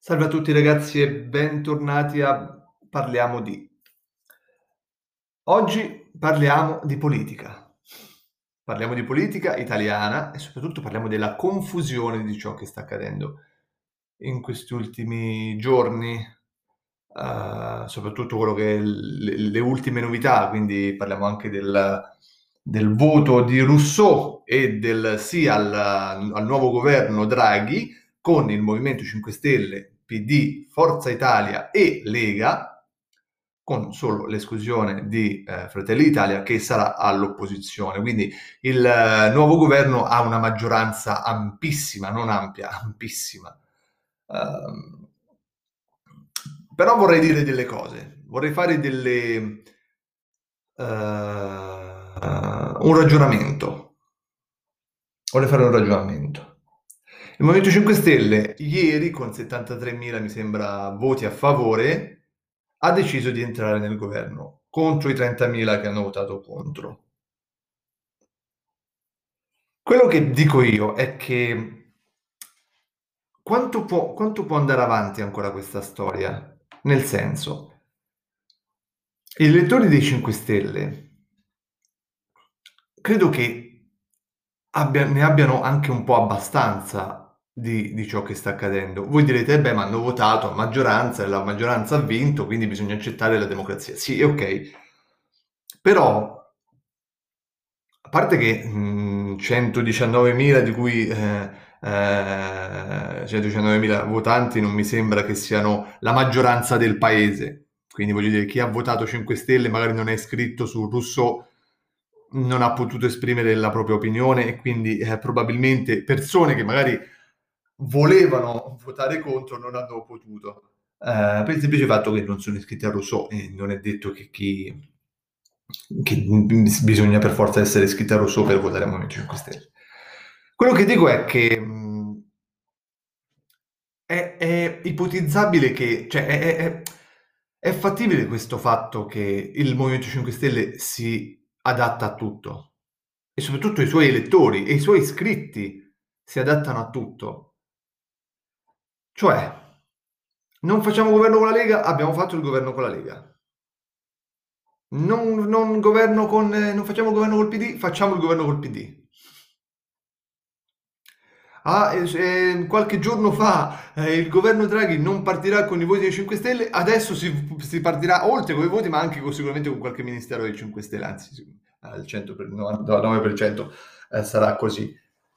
Salve a tutti ragazzi e bentornati a Parliamo di. Oggi parliamo di politica. Parliamo di politica italiana e soprattutto parliamo della confusione di ciò che sta accadendo in questi ultimi giorni, soprattutto quello che è le ultime novità, quindi parliamo anche del voto di Rousseau e del sì al nuovo governo Draghi, con il Movimento 5 Stelle, PD, Forza Italia e Lega, con solo l'esclusione di Fratelli d'Italia che sarà all'opposizione. Quindi il nuovo governo ha una maggioranza ampissima, non ampia, ampissima. Ehm, Però vorrei dire delle cose, vorrei fare un ragionamento. Vorrei fare un ragionamento. Il Movimento 5 Stelle ieri con 73.000 mi sembra voti a favore ha deciso di entrare nel governo contro i 30.000 che hanno votato contro. Quello che dico io è che quanto può andare avanti ancora questa storia? Nel senso, gli elettori dei 5 Stelle credo che ne abbiano anche un po' abbastanza di ciò che sta accadendo. Voi direte, beh, ma hanno votato a maggioranza e la maggioranza ha vinto, quindi bisogna accettare la democrazia. Sì, ok. Però, a parte che 119.000 di cui 119.000 votanti non mi sembra che siano la maggioranza del paese. Quindi voglio dire, chi ha votato 5 Stelle magari non è iscritto su Rousseau, non ha potuto esprimere la propria opinione e quindi probabilmente persone che magari volevano votare contro non hanno potuto. Per il semplice fatto che non sono iscritti a Rousseau e non è detto che bisogna per forza essere iscritti a Rousseau per votare a Movimento 5 Stelle. Quello che dico è che è ipotizzabile che, cioè è fattibile questo fatto che il Movimento 5 Stelle si adatta a tutto e soprattutto i suoi elettori e i suoi iscritti si adattano a tutto. Cioè, non facciamo governo con la Lega, abbiamo fatto il governo con la Lega. Non facciamo il governo col PD, facciamo il governo col PD. Qualche giorno fa il governo Draghi non partirà con i voti dei 5 Stelle, adesso si partirà oltre con i voti, ma anche sicuramente con qualche ministero dei 5 Stelle, anzi al 100 99% sarà così.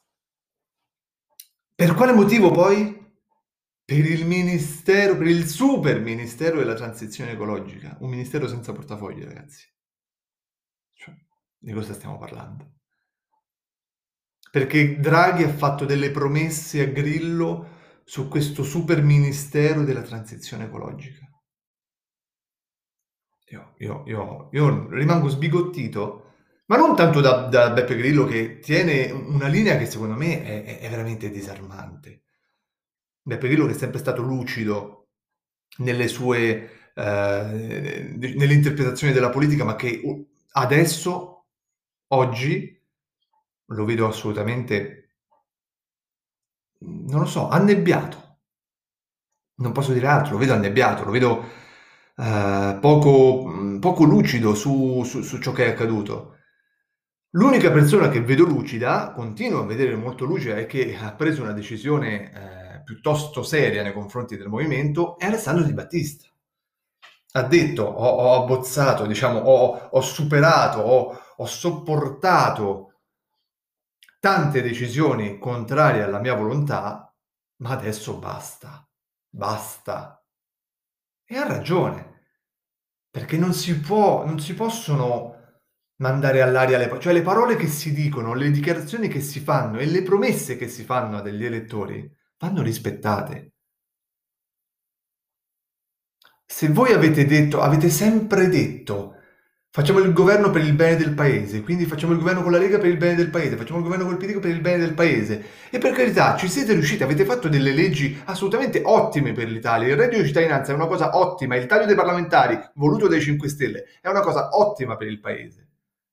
Per quale motivo poi? Per il super ministero della transizione ecologica, un ministero senza portafogli, ragazzi. Cioè, di cosa stiamo parlando? Perché Draghi ha fatto delle promesse a Grillo su questo super ministero della transizione ecologica. Io rimango sbigottito, ma non tanto da Beppe Grillo che tiene una linea che secondo me è veramente disarmante. Beppe Grillo che è sempre stato lucido nelle sue, nell'interpretazione della politica, ma che adesso, oggi, lo vedo assolutamente, non lo so, annebbiato. Non posso dire altro, lo vedo annebbiato, lo vedo poco lucido su ciò che è accaduto. L'unica persona che vedo lucida, continuo a vedere molto lucida e che ha preso una decisione piuttosto seria nei confronti del movimento è Alessandro Di Battista. Ha detto, ho abbozzato, diciamo, ho superato, ho sopportato tante decisioni contrarie alla mia volontà, ma adesso basta, basta. E ha ragione, perché non si possono mandare all'aria cioè le parole che si dicono, le dichiarazioni che si fanno e le promesse che si fanno a degli elettori vanno rispettate. Se voi avete sempre detto, facciamo il governo per il bene del paese, quindi facciamo il governo con la Lega per il bene del paese, facciamo il governo col PD per il bene del paese, e per carità ci siete riusciti, avete fatto delle leggi assolutamente ottime per l'Italia, il reddito di cittadinanza è una cosa ottima, il taglio dei parlamentari voluto dai 5 Stelle è una cosa ottima per il paese.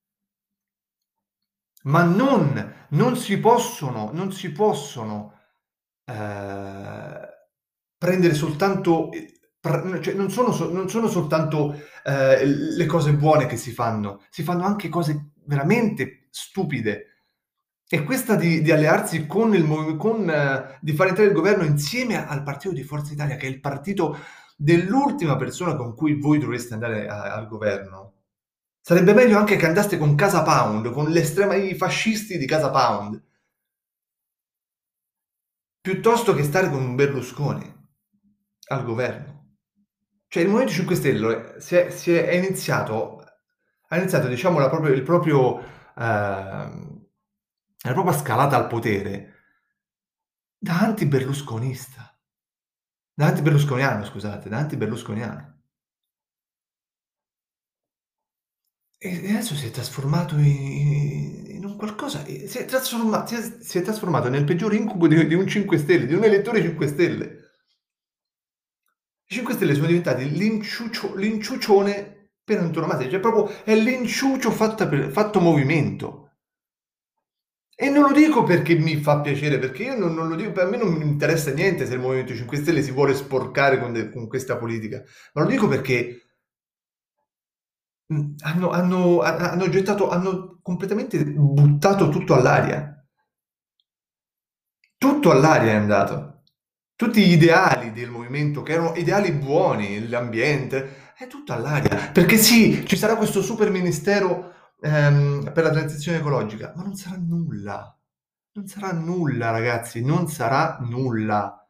Ma non si possono, prendere soltanto, cioè non sono soltanto le cose buone che si fanno anche cose veramente stupide. E questa di allearsi con di far entrare il governo insieme al partito di Forza Italia, che è il partito dell'ultima persona con cui voi dovreste andare al governo. Sarebbe meglio anche che andaste con Casa Pound, con i fascisti di Casa Pound, piuttosto che stare con Berlusconi al governo. Cioè il Movimento 5 Stelle ha iniziato diciamo la propria scalata al potere da anti-berlusconista, da anti-berlusconiano, scusate, da anti-berlusconiano. E adesso si è trasformato in un qualcosa, si è trasformato nel peggiore incubo di un 5 Stelle, di un elettore 5 Stelle. I 5 Stelle sono diventati l'inciuccione per antonomasia, cioè proprio è l'inciuccio fatto movimento. E non lo dico perché mi fa piacere, perché io non lo dico, per me non mi interessa niente se il Movimento 5 Stelle si vuole sporcare con questa politica, ma lo dico perché hanno completamente buttato tutto all'aria. Tutto all'aria è andato. Tutti gli ideali del movimento, che erano ideali buoni, l'ambiente, è tutto all'aria. Perché sì, ci sarà questo super ministero per la transizione ecologica, ma non sarà nulla. Non sarà nulla, ragazzi, non sarà nulla.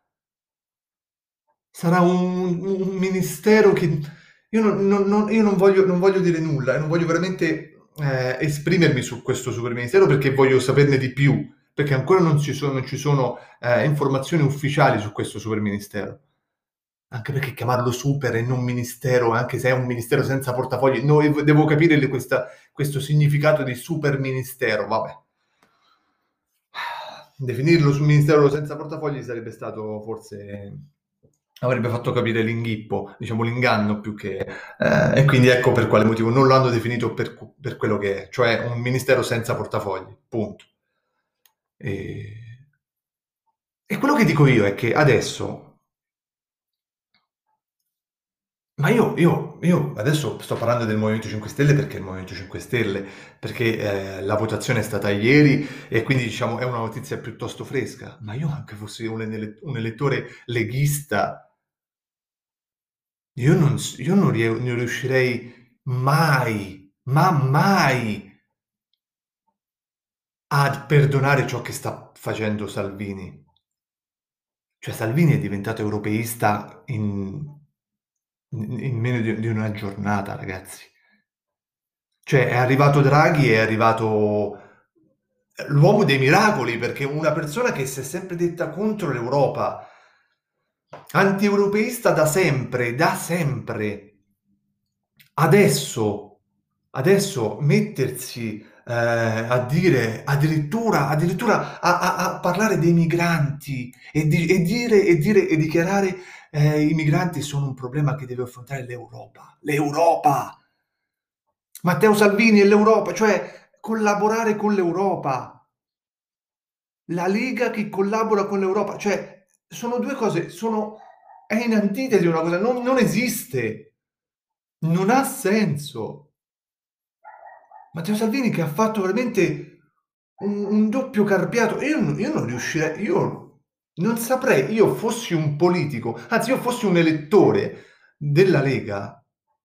Sarà un ministero che io non voglio dire nulla e non voglio veramente esprimermi su questo super ministero perché voglio saperne di più, perché ancora non ci sono informazioni ufficiali su questo super ministero. Anche perché chiamarlo super e non ministero, anche se è un ministero senza portafogli, no, io devo capire questo significato di super ministero, vabbè. Definirlo sul ministero senza portafogli sarebbe stato forse avrebbe fatto capire l'inghippo, diciamo l'inganno più che e quindi ecco per quale motivo non lo hanno definito per quello che è, cioè un ministero senza portafogli, punto. E, e quello che dico io è che adesso, ma io adesso sto parlando del Movimento 5 Stelle perché è il Movimento 5 Stelle, perché la votazione è stata ieri e quindi diciamo è una notizia piuttosto fresca, ma io anche fossi un elettore leghista, non riuscirei mai, ma mai, a perdonare ciò che sta facendo Salvini. Cioè Salvini è diventato europeista in meno di una giornata, ragazzi. Cioè è arrivato Draghi, è arrivato l'uomo dei miracoli, perché una persona che si è sempre detta contro l'Europa, anti-europeista da sempre, adesso, adesso mettersi a dire addirittura a parlare dei migranti e dichiarare i migranti sono un problema che deve affrontare l'Europa. L'Europa! Matteo Salvini e l'Europa, cioè collaborare con l'Europa. La Lega che collabora con l'Europa, cioè sono due cose, è in antitesi una cosa, non esiste, non ha senso. Matteo Salvini che ha fatto veramente un doppio carpiato, io non riuscirei, io non saprei, io fossi un politico, anzi io fossi un elettore della Lega,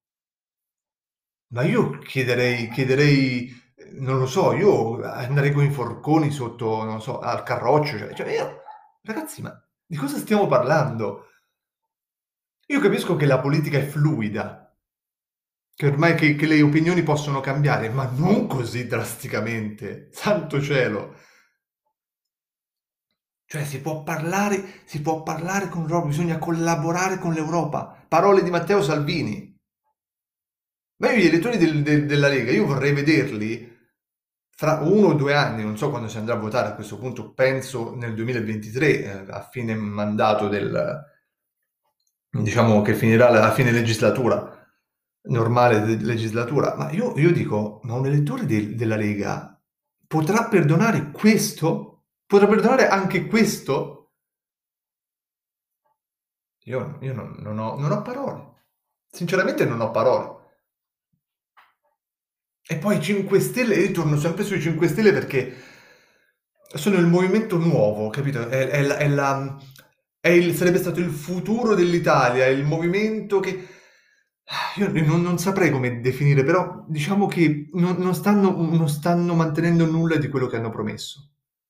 ma io chiederei, non lo so, io andrei con i forconi sotto, non so, al carroccio, cioè io, ragazzi, ma di cosa stiamo parlando? Io capisco che la politica è fluida, che ormai che le opinioni possono cambiare, ma non così drasticamente, santo cielo. Cioè si può parlare con l'Europa, bisogna collaborare con l'Europa. Parole di Matteo Salvini. Ma io gli elettori della Lega, io vorrei vederli fra 1 o 2 anni, non so quando si andrà a votare a questo punto, penso nel 2023, a fine mandato diciamo che finirà la fine legislatura, normale legislatura, ma io dico, ma un elettore della Lega potrà perdonare questo? Potrà perdonare anche questo? Io non ho parole. Sinceramente non ho parole. E poi i 5 Stelle, io torno sempre sui 5 Stelle perché sono il movimento nuovo, capito? Sarebbe stato il futuro dell'Italia, il movimento che... Io non saprei come definire, però diciamo che non stanno mantenendo nulla di quello che hanno promesso.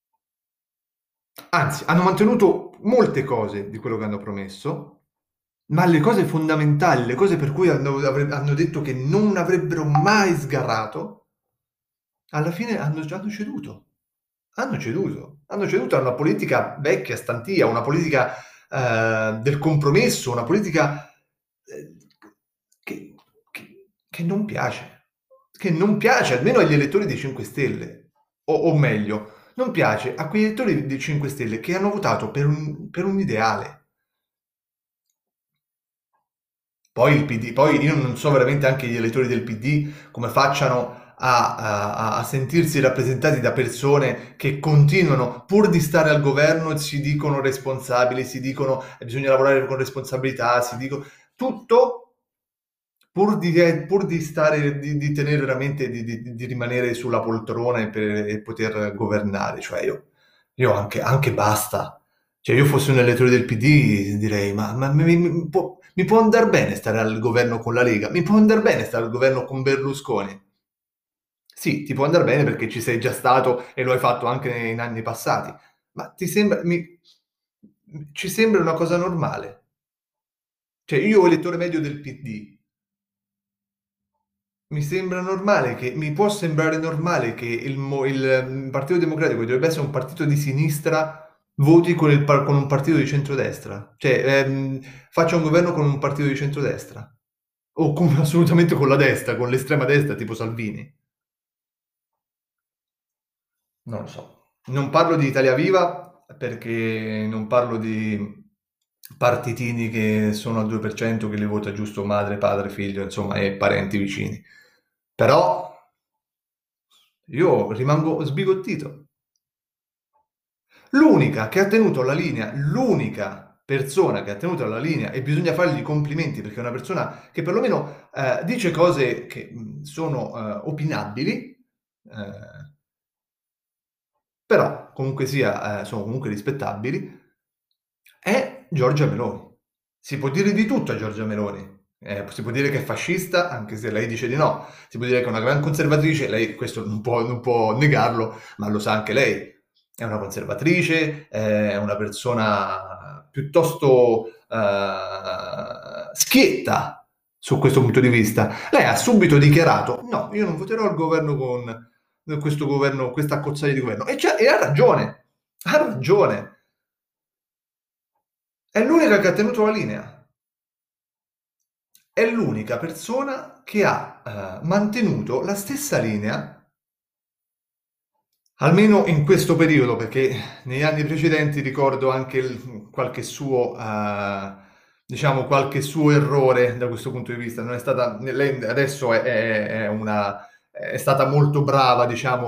Anzi, hanno mantenuto molte cose di quello che hanno promesso, ma le cose fondamentali, le cose per cui hanno detto che non avrebbero mai sgarrato, alla fine hanno ceduto. Hanno ceduto a una politica vecchia, stantia, una politica del compromesso, una politica eh, che, che non piace, che non piace almeno agli elettori dei 5 Stelle, o meglio, non piace a quegli elettori dei 5 Stelle che hanno votato per un ideale. Poi il PD, poi io non so veramente anche gli elettori del PD come facciano a sentirsi rappresentati da persone che continuano, pur di stare al governo, si dicono responsabili, si dicono bisogna lavorare con responsabilità, si dicono tutto pur di stare, di tenere veramente, di rimanere sulla poltrona e poter governare. Cioè io anche basta. Cioè io fossi un elettore del PD direi ma mi può andare bene stare al governo con la Lega? Mi può andare bene stare al governo con Berlusconi? Sì, ti può andare bene perché ci sei già stato e lo hai fatto anche in anni passati, ma ci sembra una cosa normale? Cioè io elettore medio del PD, mi può sembrare normale che il Partito Democratico, che dovrebbe essere un partito di sinistra, voti con un partito di centrodestra? Cioè, faccia un governo con un partito di centrodestra? Assolutamente con la destra, con l'estrema destra, tipo Salvini? Non lo so. Non parlo di Italia Viva perché non parlo di partitini che sono al 2%, che li vota giusto madre, padre, figlio, insomma, e parenti vicini. Però io rimango sbigottito. L'unica che ha tenuto la linea, l'unica persona che ha tenuto la linea, e bisogna fargli i complimenti perché è una persona che perlomeno dice cose che sono opinabili, però comunque sia, sono comunque rispettabili, è Giorgia Meloni. Si può dire di tutto a Giorgia Meloni. Si può dire che è fascista, anche se lei dice di no. Si può dire che è una gran conservatrice, lei questo non può negarlo, ma lo sa anche lei. È una conservatrice, è una persona piuttosto schietta su questo punto di vista. Lei ha subito dichiarato: no, io non voterò al governo con questo governo, questa accozzaglia di governo. E ha ragione, ha ragione. È l'unica che ha tenuto la linea. È l'unica persona che ha mantenuto la stessa linea, almeno in questo periodo, perché negli anni precedenti ricordo anche qualche suo, diciamo, qualche suo errore da questo punto di vista. Non è stata, lei adesso è stata molto brava, diciamo,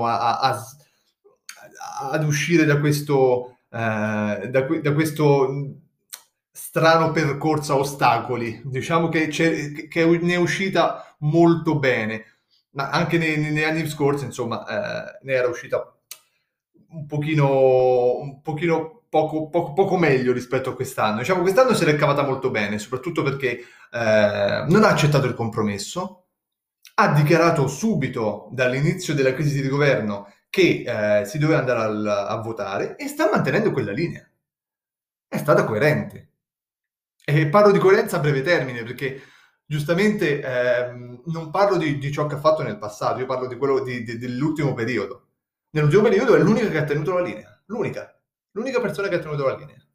ad uscire da questo, da questo strano percorso a ostacoli. Diciamo che ne è uscita molto bene, ma anche negli anni scorsi, insomma, ne era uscita un pochino poco meglio rispetto a quest'anno. Diciamo, quest'anno se l'è cavata molto bene, soprattutto perché non ha accettato il compromesso, ha dichiarato subito dall'inizio della crisi di governo che si doveva andare a votare e sta mantenendo quella linea. È stata coerente. E parlo di coerenza a breve termine perché giustamente non parlo di ciò che ha fatto nel passato, io parlo di quello dell'ultimo periodo. Nell'ultimo periodo è l'unica che ha tenuto la linea, l'unica persona che ha tenuto la linea.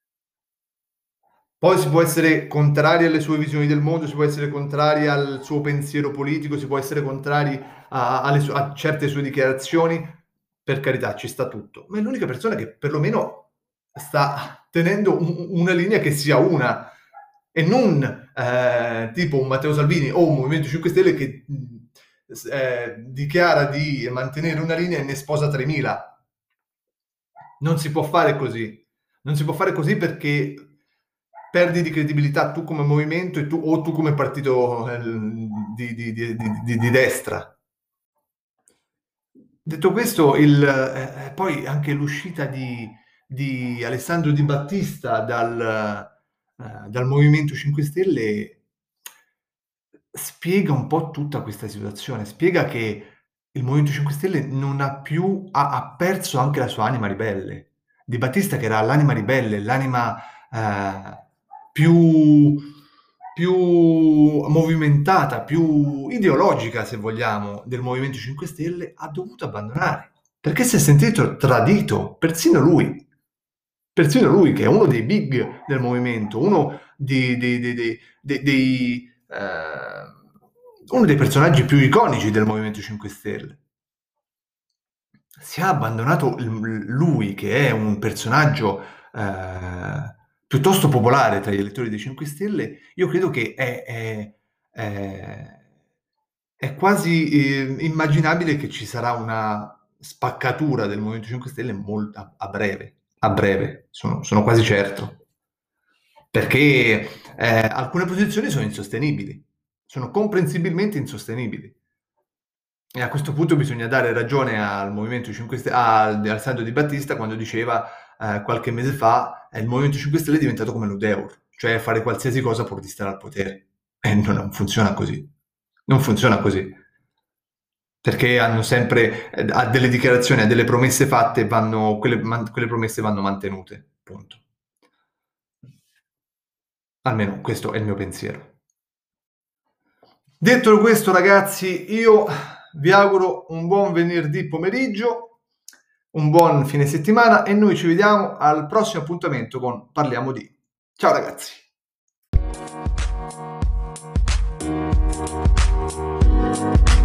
Poi si può essere contrari alle sue visioni del mondo, si può essere contrari al suo pensiero politico, si può essere contrari a certe sue dichiarazioni, per carità, ci sta tutto, ma è l'unica persona che perlomeno sta tenendo una linea che sia una, e non tipo un Matteo Salvini o un Movimento 5 Stelle che dichiara di mantenere una linea e ne sposa 3000. Non si può fare così. Non si può fare così perdi di credibilità tu come movimento o tu come partito di destra. Detto questo, poi anche l'uscita di Alessandro Di Battista dal Movimento 5 Stelle spiega un po' tutta questa situazione, spiega che il Movimento 5 Stelle non ha più ha perso anche la sua anima ribelle. Di Battista, che era l'anima ribelle, l'anima più movimentata, più ideologica, se vogliamo, del Movimento 5 Stelle, ha dovuto abbandonare, perché si è sentito tradito, persino lui che è uno dei big del movimento, uno dei personaggi più iconici del Movimento 5 Stelle. Si è abbandonato lui, che è un personaggio piuttosto popolare tra gli elettori dei 5 Stelle. Io credo che è quasi immaginabile che ci sarà una spaccatura del Movimento 5 Stelle a breve, sono quasi certo, perché alcune posizioni sono insostenibili, sono comprensibilmente insostenibili. E a questo punto bisogna dare ragione al Movimento 5 Stelle, a Alessandro Di Battista, quando diceva qualche mese fa il Movimento 5 Stelle è diventato come l'Udeur, cioè fare qualsiasi cosa pur di stare al potere. E non funziona così. Non funziona così. Perché hanno sempre, a delle dichiarazioni, a delle promesse fatte, quelle promesse vanno mantenute. Punto. Almeno questo è il mio pensiero. Detto questo, ragazzi, io vi auguro un buon venerdì pomeriggio, un buon fine settimana e noi ci vediamo al prossimo appuntamento con Parliamo di. Ciao ragazzi!